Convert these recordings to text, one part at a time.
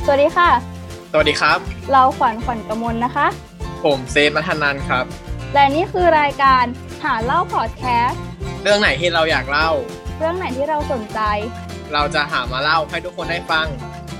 สวัสดีค่ะสวัสดีครับเราขวัญกมลนะคะผมเซฟมัทนันครับและนี่คือรายการหาเล่าพอดแคสต์เรื่องไหนที่เราอยากเล่าเรื่องไหนที่เราสนใจเราจะหามาเล่าให้ทุกคนได้ฟัง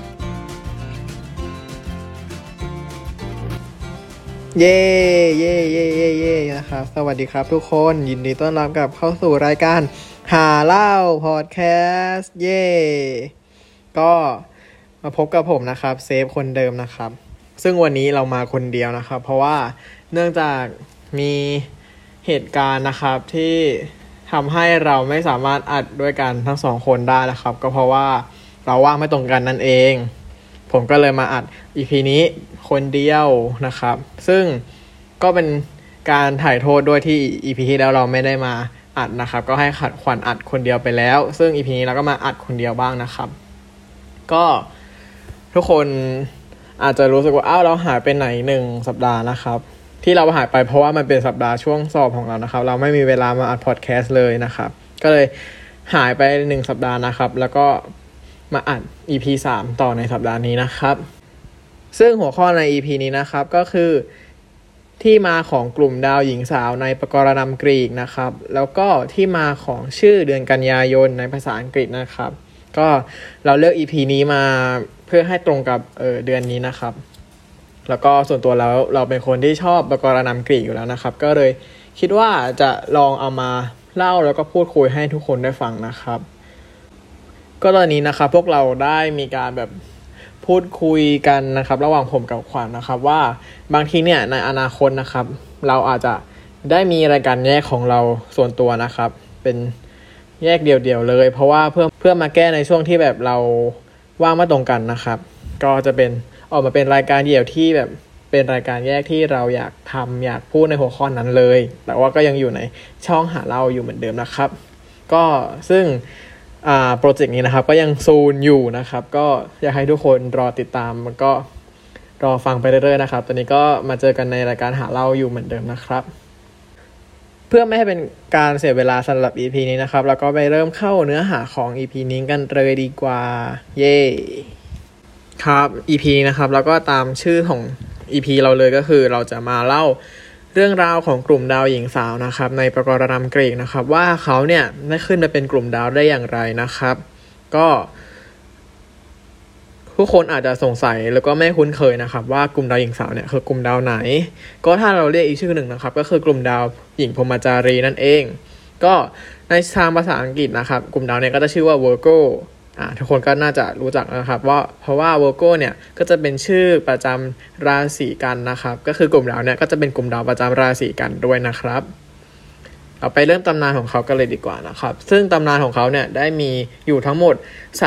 เย่เย่เย่เย่เย่นะครับสวัสดีครับทุกคนยินดีต้อนรับกลับเข้าสู่รายการหาเล่าพอดแคสต์เย่ก็มาพบกับผมนะครับเซฟคนเดิมนะครับซึ่งวันนี้เรามาคนเดียวนะครับเพราะว่าเนื่องจากมีเหตุการณ์นะครับที่ทำให้เราไม่สามารถอัดด้วยกันทั้งสองคนได้นะครับก็เพราะว่าเราว่างไม่ตรงกันนั่นเองผมก็เลยมาอัด EP นี้คนเดียวนะครับซึ่งก็เป็นการถ่ายโทษด้วยที่ EP ที่แล้วเราไม่ได้มาอัดนะครับก็ให้ขวัญอัดคนเดียวไปแล้วซึ่ง EP นี้เราก็มาอัดคนเดียวบ้างนะครับก็ทุกคนอาจจะรู้สึกว่าเราหายไปไหน1สัปดาห์นะครับที่เราหายไปเพราะว่ามันเป็นสัปดาห์ช่วงสอบของเรานะครับเราไม่มีเวลามาอัดพอดแคสต์เลยนะครับก็เลยหายไป1สัปดาห์นะครับแล้วก็มาอัด EP 3ต่อในสัปดาห์นี้นะครับซึ่งหัวข้อใน EP นี้นะครับก็คือที่มาของกลุ่มดาวหญิงสาวในปกรณำกรีกนะครับแล้วก็ที่มาของชื่อเดือนกันยายนในภาษาอังกฤษนะครับก็เราเลือก EP นี้มาเพื่อให้ตรงกับเดือนนี้นะครับแล้วก็ส่วนตัวแล้วเราเป็นคนที่ชอบปกรณำกรีกอยู่แล้วนะครับก็เลยคิดว่าจะลองเอามาเล่าแล้วก็พูดคุยให้ทุกคนได้ฟังนะครับก็ตอนนี้นะครับพวกเราได้มีการแบบพูดคุยกันนะครับระหว่างผมกับขวัญ นะครับว่าบางทีเนี่ยในอนาคตนะครับเราอาจจะได้มีรายการแยกของเราส่วนตัวนะครับเป็นแยกเดี่ยวๆเลยเพราะว่าเพื่อมาแก้ในช่วงที่แบบเราว่างไม่ตรงกันนะครับก็จะเป็นออกมาเป็นรายการเดี่ยวที่แบบเป็นรายการแยกที่เราอยากทำอยากพูดในหัวข้อนั้นเลยแต่ว่าก็ยังอยู่ในช่องหาเล่าอยู่เหมือนเดิมนะครับก็ซึ่งโปรเจกต์นี้นะครับก็ยังซูนอยู่นะครับก็อยากให้ทุกคนรอติดตามแล้วก็รอฟังไปเรื่อยๆนะครับตอนนี้ก็มาเจอกันในรายการหาเล่าอยู่เหมือนเดิมนะครับเพื่อไม่ให้เป็นการเสียเวลาสำหรับ EP นี้นะครับแล้วก็ไปเริ่มเข้าเนื้อหาของ EP นี้กันเลยดีกว่าเย้ครับ EP นะครับแล้วก็ตามชื่อของ EP เราเลยก็คือเราจะมาเล่าเรื่องราวของกลุ่มดาวหญิงสาวนะครับในปกรณำกรีกนะครับว่าเขาเนี่ยได้ขึ้นมาเป็นกลุ่มดาวได้อย่างไรนะครับก็ผู้คนอาจจะสงสัยแล้วก็ไม่คุ้นเคยนะครับว่ากลุ่มดาวหญิงสาวเนี่ยคือกลุ่มดาวไหนก็ถ้าเราเรียกอีกชื่อหนึ่งนะครับก็คือกลุ่มดาวหญิงพรหมจารีนั่นเองก็ในทางภาษาอังกฤษนะครับกลุ่มดาวเนี่ยก็จะชื่อว่า Virgoทุกคนก็น่าจะรู้จักนะครับว่าเพราะว่า Virgo เนี่ยก็จะเป็นชื่อประจำราศีกันนะครับก็คือกลุ่มดาวเนี่ยก็จะเป็นกลุ่มดาวประจำราศีกันด้วยนะครับเราไปเริ่มตำนานของเขากันเลยดีกว่านะครับซึ่งตำนานของเขาเนี่ยได้มีอยู่ทั้งหมด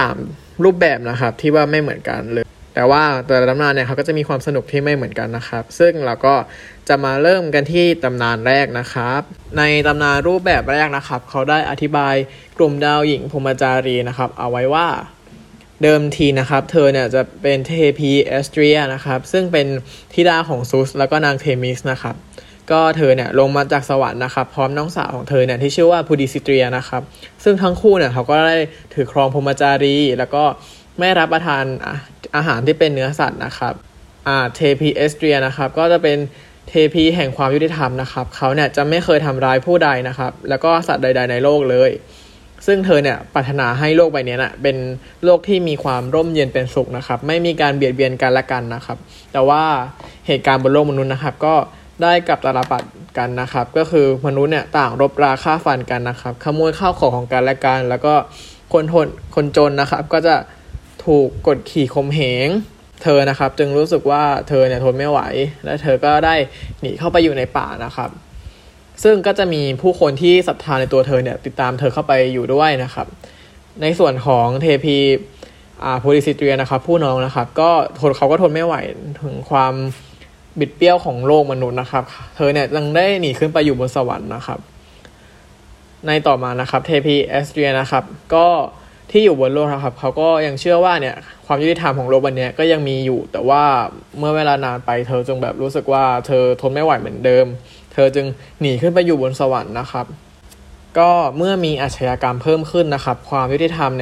3รูปแบบนะครับที่ว่าไม่เหมือนกันเลยแต่ว่าแต่ละตำนานเนี่ยเขาก็จะมีความสนุกที่ไม่เหมือนกันนะครับซึ่งเราก็จะมาเริ่มกันที่ตำนานแรกนะครับในตำนานรูปแบบแรกนะครับเขาได้อธิบายกลุ่มดาวหญิงพรหมจารีนะครับเอาไว้ว่าเดิมทีนะครับเธอเนี่ยจะเป็นเทพีเอสเตรียนะครับซึ่งเป็นธิดาของซูสแล้วก็นางเทมิสนะครับก็เธอเนี่ยลงมาจากสวรรค์นะครับพร้อมน้องสาวของเธอเนี่ยที่ชื่อว่าพูดิซิเตรียนะครับซึ่งทั้งคู่เนี่ยเขาก็ได้ถือครองพรหมจารีแล้วก็ไม่รับประทานอาหารที่เป็นเนื้อสัตว์นะครับเทพีเอสเตรียนะครับก็จะเป็นเทพีแห่งความยุติธรรมนะครับเขาเนี่ยจะไม่เคยทำร้ายผู้ใดนะครับแล้วก็สัตว์ใดๆในโลกเลยซึ่งเธอเนี่ยปรารถนาให้โลกใบนี้นะเป็นโลกที่มีความร่มเย็นเป็นสุขนะครับไม่มีการเบียดเบียนกันและกันนะครับแต่ว่าเหตุการณ์บนโลกมนุษย์นะครับก็ได้กลับตาลปัดกันนะครับก็คือมนุษย์เนี่ยต่างรบราฆ่าฟันกันนะครับขโมยข้าวของกันและกันแล้วก็คนจนนะครับก็จะถูกกดขี่ข่มเหงเธอนะครับจึงรู้สึกว่าเธอเนี่ยทนไม่ไหวและเธอก็ได้หนีเข้าไปอยู่ในป่านะครับซึ่งก็จะมีผู้คนที่ศรัทธาในตัวเธอเนี่ยติดตามเธอเข้าไปอยู่ด้วยนะครับในส่วนของเทพีโพลิซิเตรียนะครับผู้น้องนะครับเขาก็ทนไม่ไหวถึงความบิดเบี้ยวของโลกมนุษย์นะครับเธอเนี่ยยังได้หนีขึ้นไปอยู่บนสวรรค์นะครับในต่อมานะครับเทพีเอสเตรียนะครับก็ที่อยู่บนโลกนะครับเขาก็ยังเชื่อว่าเนี่ยความยุติธรรมของโลกใบนี้ก็ยังมีอยู่แต่ว่าเมื่อเวลานานไปเธอจึงแบบรู้สึกว่าเธอทนไม่ไหวเหมือนเดิมเธอจึงหนีขึ้นไปอยู่บนสวรรค์นะครับก็เมื่อมีอาชญากรรมเพิ่มขึ้นนะครับความยุติธรรมเนี่ย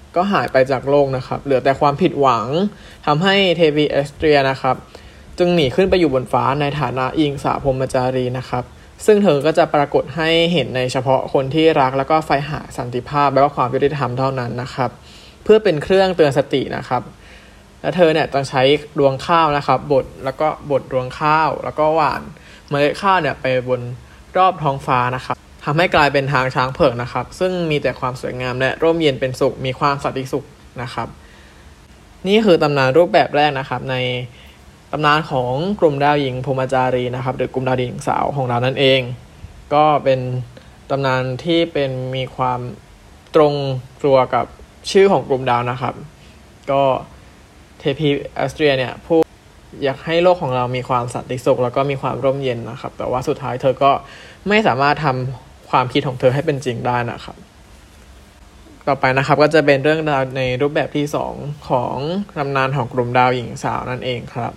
ก็หายไปจากโลกนะครับเหลือแต่ความผิดหวังทำให้เทพีเอสเตรียนะครับจึงหนีขึ้นไปอยู่บนฟ้าในฐานะหญิงสาวพรหมจารีนะครับซึ่งเธอก็จะปรากฏให้เห็นในเฉพาะคนที่รักแล้วก็ใฝ่หาสันติภาพและก็ความยุติธรรมเท่านั้นนะครับเพื่อเป็นเครื่องเตือนสตินะครับและเธอเนี่ยต้องใช้รวงข้าวนะครับบดรวงข้าวแล้วก็หว่านเมล็ดข้าวเนี่ยไปบนรอบท้องฟ้านะครับทำให้กลายเป็นทางช้างเผือกนะครับซึ่งมีแต่ความสวยงามและร่มเย็นเป็นสุขมีความสันติสุขนะครับนี่คือตำนานรูปแบบแรกนะครับในตำนานของกลุ่มดาวหญิงพรหมจารีนะครับหรือกลุ่มดาวหญิงสาวของเรานั่นเองก็เป็นตำนานที่เป็นมีความตรงตัวกับชื่อของกลุ่มดาวนะครับก็เทพีแอสเตรียเนี่ยผู้อยากให้โลกของเรามีความสันติสุขแล้วก็มีความร่มเย็นนะครับแต่ว่าสุดท้ายเธอก็ไม่สามารถทำความคิดของเธอให้เป็นจริงได้นะครับต่อไปนะครับก็จะเป็นเรื่องราวในรูปแบบที่2ของตำนานของกลุ่มดาวหญิงสาวนั่นเองครับ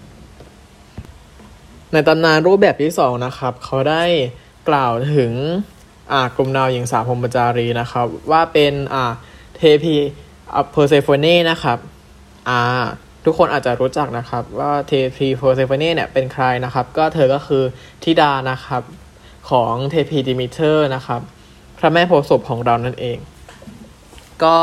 ในตำนานรูปแบบที่2นะครับเขาได้กล่าวถึงกลุ่มดาวหญิงสาวพรหมจารีนะครับว่าเป็นเทพีเพอร์เซโฟเน่นะครับทุกคนอาจจะรู้จักนะครับว่าเทพีเพอร์เซโฟเน่เนี่ยเป็นใครนะครับก็เธอก็คือธิดานะครับของเทพีดิมิเตอร์นะครับพระแม่โพธิ์ศพของเรานั่นเองก็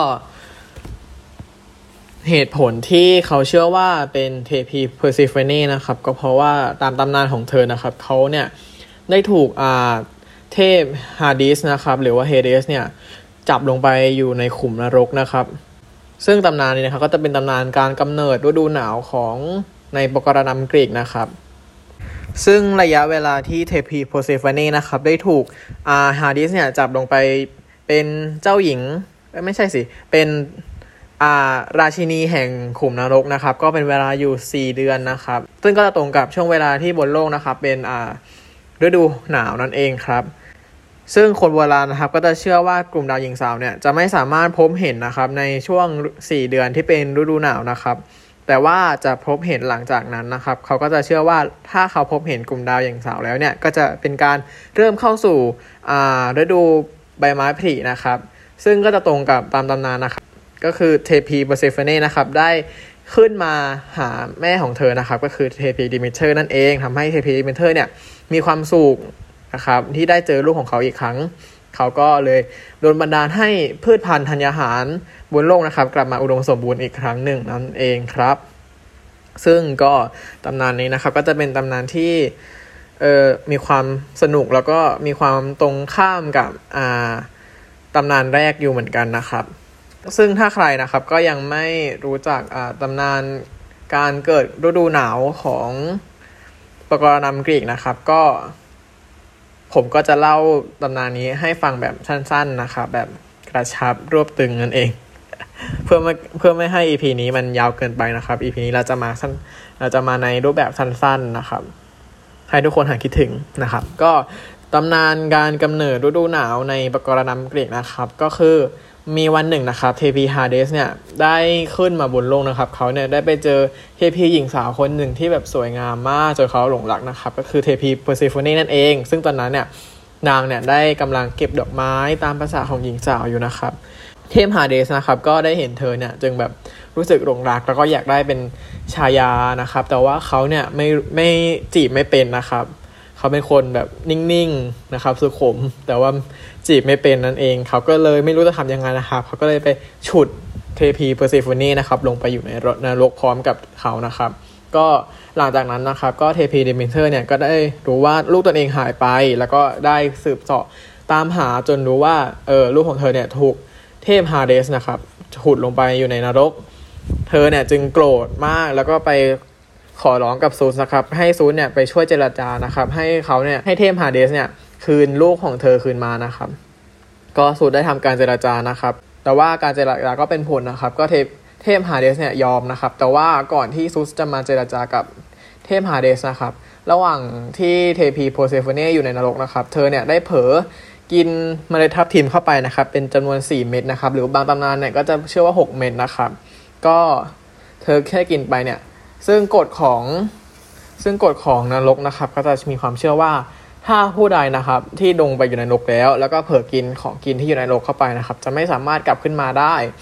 เหตุผลที่เขาเชื่อว่าเป็นเทพีเพอร์เซโฟเน่นะครับก็เพราะว่าตามตำนานของเธอนะครับเขาเนี่ยได้ถูกเทพฮาดิสนะครับหรือว่าเฮเดสเนี่ยจับลงไปอยู่ในขุมนรกนะครับซึ่งตำนานนี้นะครับก็จะเป็นตำนานการกำเนิดฤดูหนาวของในโบราณคดีกรีกนะครับซึ่งระยะเวลาที่เทพีโพเซฟานีนะครับได้ถูกฮาดิสเนี่ยจับลงไปเป็นเจ้าหญิงไม่ใช่สิเป็นราชินีแห่งขุมนรกนะครับก็เป็นเวลาอยู่4 เดือนนะครับซึ่งก็จะตรงกับช่วงเวลาที่บนโลกนะครับเป็นฤดูหนาวนั่นเองครับซึ่งคนโบราณนะครับก็จะเชื่อว่ากลุ่มดาวหญิงสาวเนี่ยจะไม่สามารถพบเห็นนะครับในช่วง4 เดือนที่เป็นฤดูหนาวนะครับแต่ว่าจะพบเห็นหลังจากนั้นนะครับเขาก็จะเชื่อว่าถ้าเขาพบเห็นกลุ่มดาวหญิงสาวแล้วเนี่ยก็จะเป็นการเริ่มเข้าสู่ฤดูใบไม้ผลินะครับซึ่งก็จะตรงกับตามตำนานนะครับก็คือเทพีเปอร์เซโฟเน่นะครับได้ขึ้นมาหาแม่ของเธอนะครับก็คือเทพีดิมิเตอร์นั่นเองทำให้เทพีดิมิเตอร์เนี่ยมีความสุขนะครับที่ได้เจอลูกของเขาอีกครั้งเขาก็เลยโดนบันดาลให้พืชพันธุ์ธัญญาหารบนโลกนะครับกลับมาอุดมสมบูรณ์อีกครั้งหนึ่งนั่นเองครับซึ่งก็ตำนานนี้นะครับก็จะเป็นตำนานที่มีความสนุกแล้วก็มีความตรงข้ามกับตำนานแรกอยู่เหมือนกันนะครับซึ่งถ้าใครนะครับก็ยังไม่รู้จักตำนานการเกิดฤดูหนาวของโบราณกรีกนะครับก็ผมก็จะเล่าตำนานนี้ให้ฟังแบบสั้นๆนะครับแบบกระชับรวบตึงนั่นเอง เพื่อไม่ให้ EP นี้มันยาวเกินไปนะครับ EP นี้เราจะมาในรูปแบบสั้นๆนะครับให้ทุกคนหายคิดถึงนะครับก็ตำนานการกำเนิดฤดูหนาวในโบราณกรีกนะครับก็คือมีวันหนึ่งนะครับเทพีฮาเดสเนี่ยได้ขึ้นมาบนโลกนะครับเขาเนี่ยได้ไปเจอเทพีหญิงสาวคนหนึ่งที่แบบสวยงามมากจนเขาหลงรักนะครับก็คือเทพีเพอร์เซโฟเน่นั่นเองซึ่งตอนนั้นเนี่ยนางเนี่ยได้กำลังเก็บดอกไม้ตามภาษาของหญิงสาวอยู่นะครับเทพฮาเดสนะครับก็ได้เห็นเธอเนี่ยจึงแบบรู้สึกหลงรักแล้วก็อยากได้เป็นชายานะครับแต่ว่าเขาเนี่ยไม่จีบไม่เป็นนะครับเขาเป็นคนแบบนิ่งๆนะครับสุขุมแต่ว่าจีบไม่เป็นนั่นเองเขาก็เลยไม่รู้จะทำยังไงนะครับเขาก็เลยไปฉุดเทพีเพอร์เซโฟเน่นะครับลงไปอยู่ในนรกพร้อมกับเขานะครับก็หลังจากนั้นนะครับก็เทพีเดมิเตอร์เนี่ยก็ได้รู้ว่าลูกตนเองหายไปแล้วก็ได้สืบเสาะตามหาจนรู้ว่าลูกของเธอเนี่ยถูกเทพฮาเดสนะครับฉุดลงไปอยู่ในนรกเธอเนี่ยจึงโกรธมากแล้วก็ไปขอร้องกับซูสนะครับให้ซูสเนี่ยไปช่วยเจรจานะครับให้เขาเนี่ยให้เทพฮาเดสเนี่ยคืนลูกของเธอคืนมานะครับก็ซูสได้ทำการเจรจานะครับแต่ว่าการเจรจาก็เป็นผลนะครับก็เทพฮาเดสเนี่ยยอมนะครับแต่ว่าก่อนที่ซูสจะมาเจรจากับเทพฮาเดสนะครับระหว่างที่เทพีโพเซโฟเน่อยู่ในนรกนะครับเธอเนี่ยได้เผลอกินเมล็ดทับทิมเข้าไปนะครับเป็นจำนวน4 เม็ดนะครับหรือบางตำนานเนี่ยก็จะเชื่อว่า6 เม็ดนะครับก็เธอแค่กินไปเนี่ยซึ่งกฎของนรกนะครับก็จะมีความเชื่อว่าถ้าผู้ใดนะครับที่ลงไปอยู่ในนรกแล้วก็เผลอกินของกินที่อยู่ในนรกเข้าไปนะครับจะไม่สามารถกลับขึ้นมาได้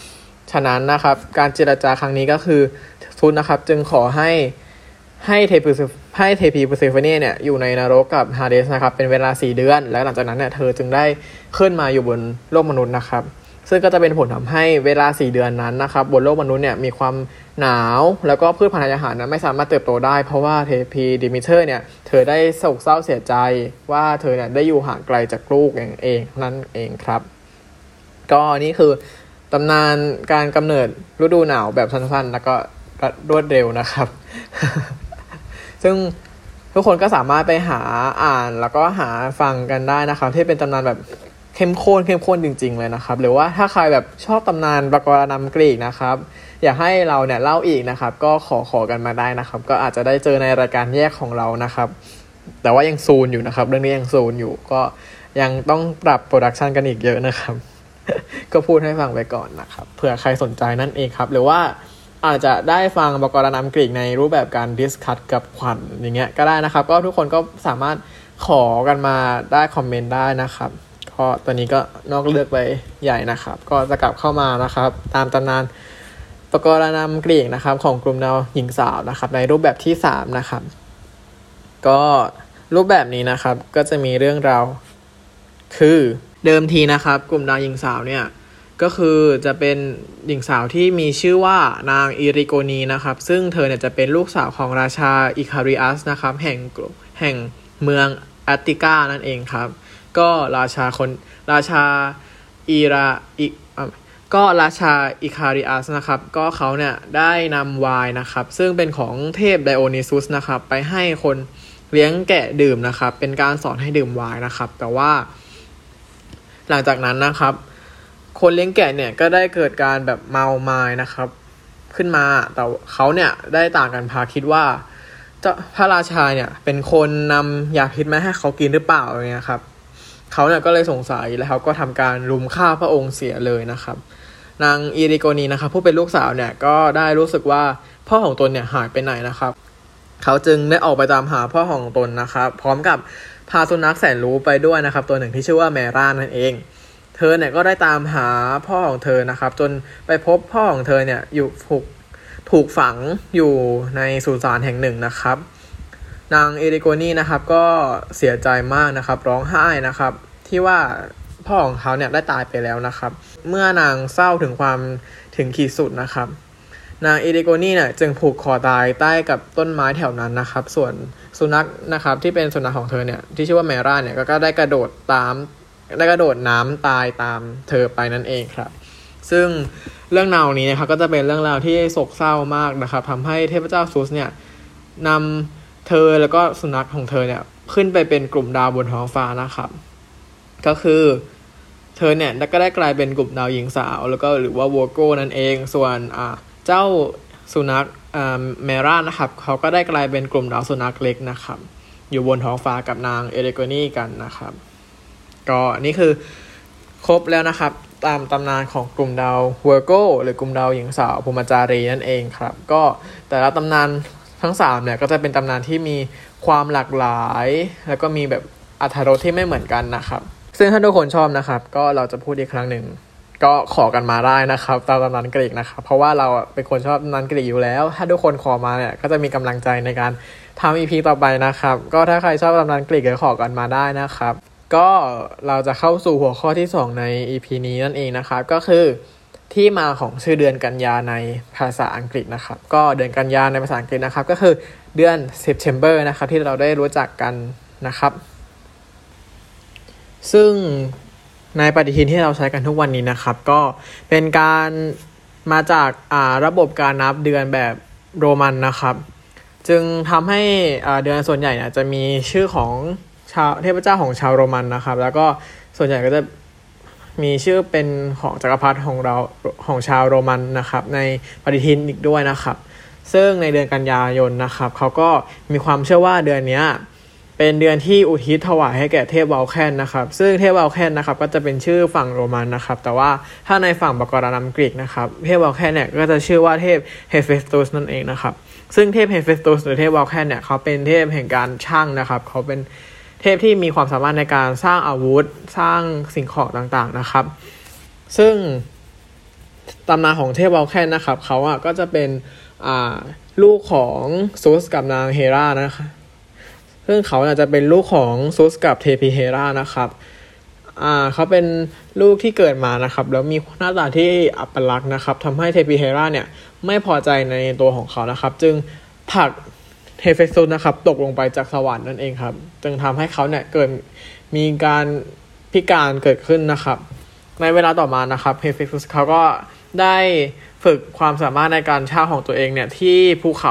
ฉะนั้นนะครับการเจรจาครั้งนี้ก็คือทูตนะครับจึงขอให้เทพีเปอร์เซโฟเน่เนี่ยอยู่ในนรกกับฮาเดสนะครับเป็นเวลา4 เดือนและหลังจากนั้นเนี่ยเธอจึงได้ขึ้นมาอยู่บนโลกมนุษย์นะครับซึ่งก็จะเป็นผลทำให้เวลา4 เดือนนั้นนะครับบนโลกมนุษย์เนี่ยมีความหนาวแล้วก็พืชพันธุ์อาหารนะไม่สามารถเติบโตได้เพราะว่าเทพีดิมิเตอร์เนี่ยเธอได้โศกเศร้าเสียใจว่าเธอเนี่ยได้อยู่ห่างไกลจากลูกเองนั่นเองครับก็นี่คือตำนานการกำเนิดฤดูหนาวแบบสั้นๆแล้วก็รวดเร็วนะครับ ซึ่งทุกคนก็สามารถไปหาอ่านแล้วก็หาฟังกันได้นะครับที่เป็นตำนานแบบเข้มข้นจริงๆเลยนะครับหรือว่าถ้าใครแบบชอบตำนานปกรณำกรีกนะครับอยากให้เราเนี่ยเล่าอีกนะครับก็ขอกันมาได้นะครับก็อาจจะได้เจอในรายการแยกของเรานะครับแต่ว่ายังซูนอยู่นะครับเรื่องนี้ยังซูนอยู่ก็ยังต้องปรับโปรดักชันกันอีกเยอะนะครับ ก็พูดให้ฟังไปก่อนนะครับเผื่อใครสนใจนั่นเองครับหรือว่าอาจจะได้ฟังปกรณำกรีกในรูปแบบการดิสคัสกับขวัญอย่างเงี้ยก็ได้นะครับก็ทุกคนก็สามารถขอกันมาได้คอมเมนต์ได้นะครับก็ตอนนี้ก็นอกเลือกไปใหญ่นะครับก็จะกลับเข้ามานะครับตามตำนานปกรณำกรีกนะครับของกลุ่มดาวหญิงสาวนะครับในรูปแบบที่3นะครับก็รูปแบบนี้นะครับก็จะมีเรื่องราวคือเดิมทีนะครับกลุ่มดาวหญิงสาวเนี่ยก็คือจะเป็นหญิงสาวที่มีชื่อว่านางอิริโกนีนะครับซึ่งเธอเนี่ยจะเป็นลูกสาวของราชาอิคาริอัสนะครับแห่งเมืองแอตติกานั่นเองครับก็ราชาอิคาริอัสนะครับก็เขาเนี่ยได้นำไวน์นะครับซึ่งเป็นของเทพไดโอนิซุสนะครับไปให้คนเลี้ยงแกะดื่มนะครับเป็นการสอนให้ดื่มไวน์นะครับแต่ว่าหลังจากนั้นนะครับคนเลี้ยงแกะเนี่ยก็ได้เกิดการแบบเมาไม้นะครับขึ้นมาแต่เขาเนี่ยได้ต่างกันพาคิดว่าพระราชาเนี่ยเป็นคนนำยาพิษมาให้เขากินหรือเปล่าอย่างเงี้ยครับเขาเนี่ยก็เลยสงสัยแล้วเขาก็ทำการรุมฆ่าพระองค์เสียเลยนะครับนางอิริโกนีนะครับผู้เป็นลูกสาวเนี่ยก็ได้รู้สึกว่าพ่อของตนเนี่ยหายไปไหนนะครับเขาจึงได้ออกไปตามหาพ่อของตนนะครับพร้อมกับพาสุนัขแสนรู้ไปด้วยนะครับตัวหนึ่งที่ชื่อว่าแมร่านั่นเองเธอเนี่ยก็ได้ตามหาพ่อของเธอนะครับจนไปพบพ่อของเธอเนี่ยอยู่ถูกฝังอยู่ในสุสานแห่งหนึ่งนะครับนางเอริโกนีนะครับก็เสียใจมากนะครับร้องไห้นะครับที่ว่าพ่อของเขาเนี่ยได้ตายไปแล้วนะครับเมื่อนางเศร้าถึงขีดสุดนะครับนางเอริโกนีเนี่ยจึงผูกคอตายใต้กับต้นไม้แถวนั้นนะครับส่วนสุนัขนะครับที่เป็นสุนัขของเธอเนี่ยที่ชื่อว่าแมร่าเนี่ยก็ได้กระโดดน้ำตายตามเธอไปนั่นเองครับซึ่งเรื่องราวนี้นะครับก็จะเป็นเรื่องราวที่โศกเศร้ามากนะครับทำให้เทพเจ้าซูสเนี่ยนำเธอแล้วก็สุนัขของเธอเนี่ยขึ้นไปเป็นกลุ่มดาวบนท้องฟ้านะครับก็คือเธอเนี่ยก็ได้กลายเป็นกลุ่มดาวหญิงสาวแล้วก็หรือว่าวอร์โกนั่นเองส่วนเจ้าสุนัขเมร่านะครับเขาก็ได้กลายเป็นกลุ่มดาวสุนัขเล็กนะครับอยู่บนท้องฟ้ากับนางเอริโกนีกันนะครับก็นี่คือครบแล้วนะครับตามตำนานของกลุ่มดาวเวอร์โกหรือกลุ่มดาวหญิงสาวภูมิจารีนั่นเองครับก็แต่ละตำนานทั้ง3เนี่ยก็จะเป็นตำนานที่มีความหลากหลายแล้วก็มีแบบอรรถรสที่ไม่เหมือนกันนะครับซึ่งถ้าทุกคนชอบนะครับก็เราจะพูดอีกครั้งหนึ่งก็ขอกันมาได้นะครับตามตำนานกรีกนะครับเพราะว่าเราเป็นคนชอบตำนานกรีกอยู่แล้วถ้าทุกคนขอมาเนี่ยก็จะมีกำลังใจในการทำ EP ต่อไปนะครับก็ถ้าใครชอบตำนานกรีกก็ขอกันมาได้นะครับก็เราจะเข้าสู่หัวข้อที่2ใน EP นี้นั่นเองนะครับก็คือที่มาของชื่อเดือนกันยาในภาษาอังกฤษนะครับก็เดือนกันยาในภาษาอังกฤษนะครับก็คือเดือน September นะครับที่เราได้รู้จักกันนะครับซึ่งในปฏิทินที่เราใช้กันทุกวันนี้นะครับก็เป็นการมาจากระบบการนับเดือนแบบโรมันนะครับจึงทำให้เดือนส่วนใหญ่เนี่ยจะมีชื่อของเทพเจ้าของชาวโรมันนะครับแล้วก็ส่วนใหญ่ก็จะมีชื่อเป็นของจักรพรรดิของชาวโรมันนะครับในปฏิทินอีกด้วยนะครับซึ่งในเดือนกันยายนนะครับเขาก็มีความเชื่อว่าเดือนนี้เป็นเดือนที่อุทิศถวายให้แก่เทพวาลแคนนะครับซึ่งเทพวาลแคนนะครับก็จะเป็นชื่อฝั่งโรมันนะครับแต่ว่าถ้าในฝั่งปกรณำกรีกนะครับเทพวาลแคนเนี่ยก็จะชื่อว่าเทพเฮเฟสตุสนั่นเองนะครับซึ่งเทพเฮเฟสตุสหรือเทพวาลแคนเนี่ยเขาเป็นเทพแห่งการช่างนะครับเขาเป็นเทพที่มีความสามารถในการสร้างอาวุธสร้างสิ่งของต่างๆนะครับซึ่งตำนานของเทพวอลแคนนะครับเขาก็จะเป็นลูกของซูสกับนางเฮรานะคะซึ่งเขาจะเป็นลูกของซูสกับเทพีเฮรานะครับเขาเป็นลูกที่เกิดมานะครับแล้วมีหน้าตาที่อัปลักษณ์นะครับทำให้เทพีเฮราเนี่ยไม่พอใจในตัวของเขานะครับจึงผลักเฮเฟสตุสนะครับตกลงไปจากสวรรค์นั่นเองครับจึงทำให้เขาเนี่ยเกิดมีการพิการเกิดขึ้นนะครับในเวลาต่อมานะครับเฮเฟสตุสเขาก็ได้ฝึกความสามารถในการช่างของตัวเองเนี่ยที่ภูเขา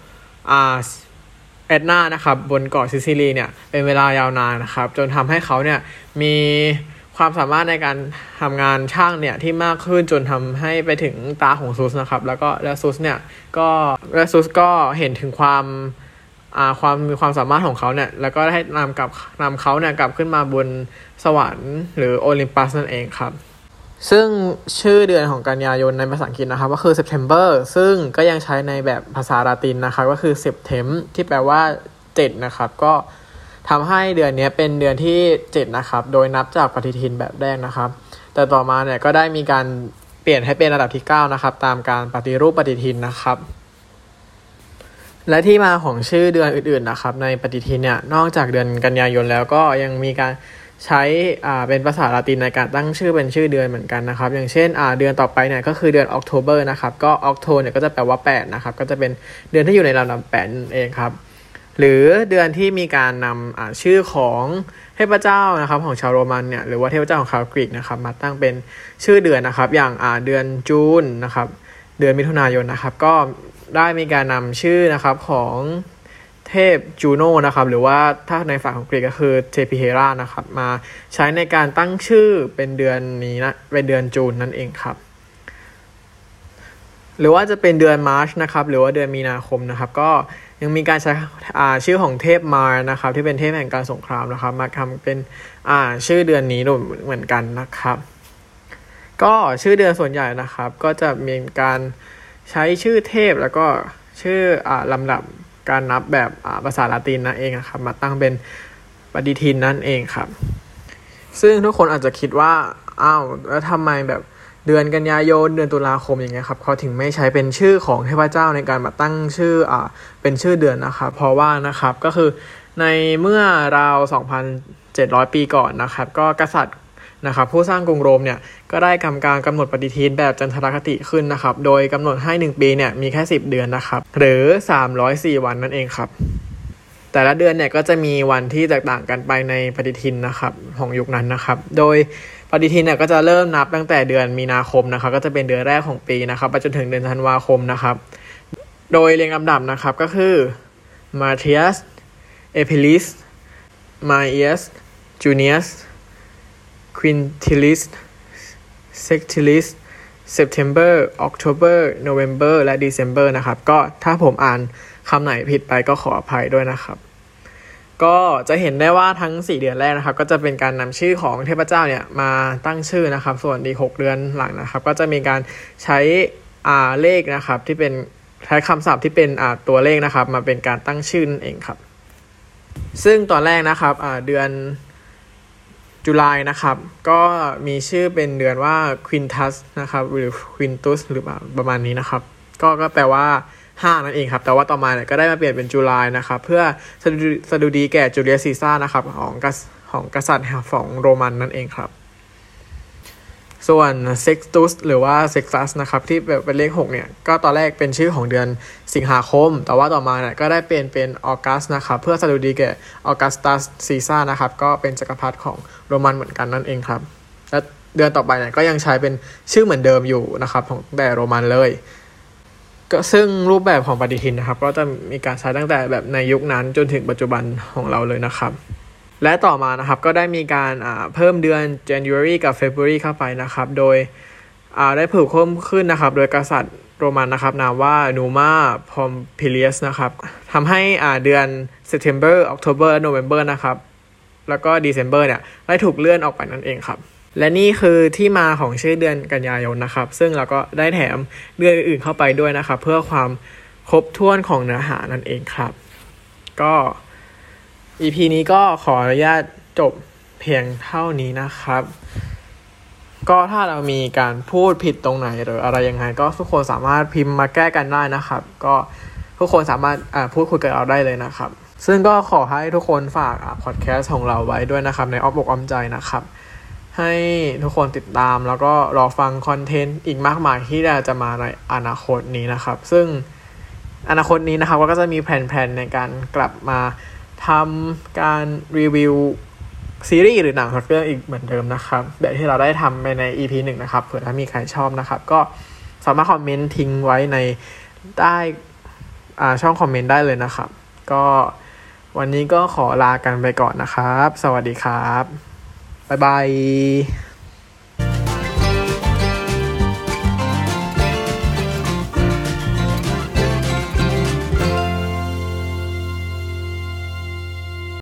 แอดนานะครับบนเกาะซิซิลีเนี่ยเป็นเวลายาวนานนะครับจนทำให้เขาเนี่ยมีความสามารถในการทำงานช่างเนี่ยที่มากขึ้นจนทำให้ไปถึงตาของซูสนะครับแล้วซูสเนี่ยก็เห็นถึงความมีความสามารถของเขาเนี่ยแล้วก็ให้นำเขาเนี่ยกลับขึ้นมาบนสวรรค์หรือโอลิมปัสนั่นเองครับซึ่งชื่อเดือนของกันยายนในภาษาอังกฤษนะครับก็คือ September ซึ่งก็ยังใช้ในแบบภาษาละตินนะครับก็คือ Septem ที่แปลว่า7นะครับก็ทำให้เดือนนี้เป็นเดือนที่7นะครับโดยนับจากปฏิทินแบบแรกนะครับแต่ต่อมาเนี่ยก็ได้มีการเปลี่ยนให้เป็นระดับที่9นะครับตามการปฏิรูปปฏิทินนะครับและที่มาของชื่อเดือนอื่นๆนะครับในปฏิทินเนี่ยนอกจากเดือนกันยายนแล้วก็ยังมีการใช้เป็นภาษาละตินในการตั้งชื่อเป็นชื่อเดือนเหมือนกันนะครับอย่างเช่นเดือนต่อไปเนี่ยก็คือเดือน October นะครับก็ Octo เนี่ยก็จะแปลว่า8นะครับก็จะเป็นเดือนที่อยู่ในลำดับ8นั่นเองครับหรือเดือนที่มีการนำชื่อของเทพเจ้านะครับของชาวโรมันเนี่ยหรือว่าเทพเจ้าของชาวกรีกนะครับมาตั้งเป็นชื่อเดือนนะครับอย่างเดือนจูนนะครับเดือนมิถุนายนนะครับก็ได้มีการนำชื่อนะครับของเทพจูโน่นะครับหรือว่าถ้าในฝั่งของกรีกก็คือเทพีเฮรานะครับมาใช้ในการตั้งชื่อเป็นเดือนนี้นะเป็นเดือนจูนนั่นเองครับหรือว่าจะเป็นเดือนมาร์ชนะครับหรือว่าเดือนมีนาคมนะครับก็ยังมีการใช้ชื่อของเทพมาร์นะครับที่เป็นเทพแห่งการสงครามนะครับมาทำเป็นชื่อเดือนนี้เหมือนกันนะครับก็ชื่อเดือนส่วนใหญ่นะครับก็จะมีการใช้ชื่อเทพแล้วก็ชื่อลำดับการนับแบบภาษาละตินนั่นเองครับมาตั้งเป็นปฏิทินนั่นเองครับซึ่งทุกคนอาจจะคิดว่าแล้วทำไมแบบเดือนกันยายนเดือนตุลาคมอย่างเงี้ยครับเขาถึงไม่ใช้เป็นชื่อของเทพเจ้าในการมาตั้งชื่อเป็นชื่อเดือนนะครับเพราะว่านะครับก็คือในเมื่อราว 2,700 ปีก่อนนะครับก็กษัตริย์นะครับผู้สร้างกรุงโรมเนี่ยก็ได้ทำการกำหนดปฏิทินแบบจันทรคติขึ้นนะครับโดยกำหนดให้1ปีเนี่ยมีแค่10เดือนนะครับหรือ304วันนั่นเองครับแต่ละเดือนเนี่ยก็จะมีวันที่แตกต่างกันไปในปฏิทินนะครับของยุคนั้นนะครับโดยปฏิทินเนี่ยก็จะเริ่มนับตั้งแต่เดือนมีนาคมนะครับก็จะเป็นเดือนแรกของปีนะครับไปจนถึงเดือนธันวาคมนะครับโดยเรียงลำดับนะครับก็คือ Martius Aprilis Maius Junius Quintilis Sextilis September October November และ December นะครับก็ถ้าผมอ่านคำไหนผิดไปก็ขออภัยด้วยนะครับก็จะเห็นได้ว่าทั้ง4เดือนแรกนะครับก็จะเป็นการนำชื่อของเทพเจ้าเนี่ยมาตั้งชื่อนะครับส่วนอีก6เดือนหลังนะครับก็จะมีการใช้เลขนะครับที่เป็นใช้คำศัพท์ที่เป็นตัวเลขนะครับมาเป็นการตั้งชื่อนั่นเองครับซึ่งตอนแรกนะครับเดือนตุลานะครับก็มีชื่อเป็นเดือนว่า Quintus นะครับหรือ Quintus หรือประมาณนี้นะครับก็แปลว่า5นั่นเองครับแต่ว่าต่อมาเนี่ยก็ได้มาเปลี่ยนเป็นจุลายนะครับเพื่อสดุดีแก่จูเลียสซีซ่าร์นะครับของกษัตริย์ของโรมันนั่นเองครับส่วน Sextus หรือว่า Sextus นะครับที่เป็นเลข6เนี่ยก็ตอนแรกเป็นชื่อของเดือนสิงหาคมแต่ว่าต่อมาเนี่ยก็ได้เปลี่ยนเป็นออกัสนะครับเพื่อสดุดีแก่ออกัสตัสซีซ่าร์นะครับก็เป็นจักรพรรดิของโรมันเหมือนกันนั่นเองครับและเดือนต่อไปเนี่ยก็ยังใช้เป็นชื่อเหมือนเดิมอยู่นะครับของแต่โรมันเลยก็ซึ่งรูปแบบของปฏิทินนะครับก็จะมีการใช้ตั้งแต่แบบในยุคนั้นจนถึงปัจจุบันของเราเลยนะครับและต่อมานะครับก็ได้มีการเพิ่มเดือน January กับ February เข้าไปนะครับโดยได้เพิ่มขึ้นนะครับโดยกษัตริย์โรมันนะครับนามว่า Numa Pompilius นะครับทำให้เดือน September October และ November นะครับแล้วก็ December เนี่ยได้ถูกเลื่อนออกไปนั่นเองครับและนี่คือที่มาของชื่อเดือนกันยายนนะครับซึ่งเราก็ได้แถมเดือนอื่นๆเข้าไปด้วยนะครับเพื่อความครบถ้วนของเนื้อหานั่นเองครับก็ EP นี้ก็ขออนุญาตจบเพียงเท่านี้นะครับก็ถ้าเรามีการพูดผิดตรงไหนหรืออะไรยังไงก็ทุกคนสามารถพิมพ์มาแก้กันได้นะครับก็ทุกคนสามารถพูดคุยกับเราได้เลยนะครับซึ่งก็ขอให้ทุกคนฝากพอดแคสต์ของเราไว้ด้วยนะครับในอ้อมอกอ้อมใจนะครับให้ทุกคนติดตามแล้วก็รอฟังคอนเทนต์อีกมากมายที่จะมาในอนาคตนี้นะครับซึ่งอนาคตนี้นะครับก็จะมีแผนในการกลับมาทำการรีวิวซีรีส์หรือหนังสักเรื่องอีกเหมือนเดิมนะครับแบบที่เราได้ทำไปใน EP 1นะครับเผื่อถ้ามีใครชอบนะครับก็สามารถคอมเมนต์ทิ้งไว้ในใต้ช่องคอมเมนต์ได้เลยนะครับก็วันนี้ก็ขอลากันไปก่อนนะครับสวัสดีครับบ๊ายบาย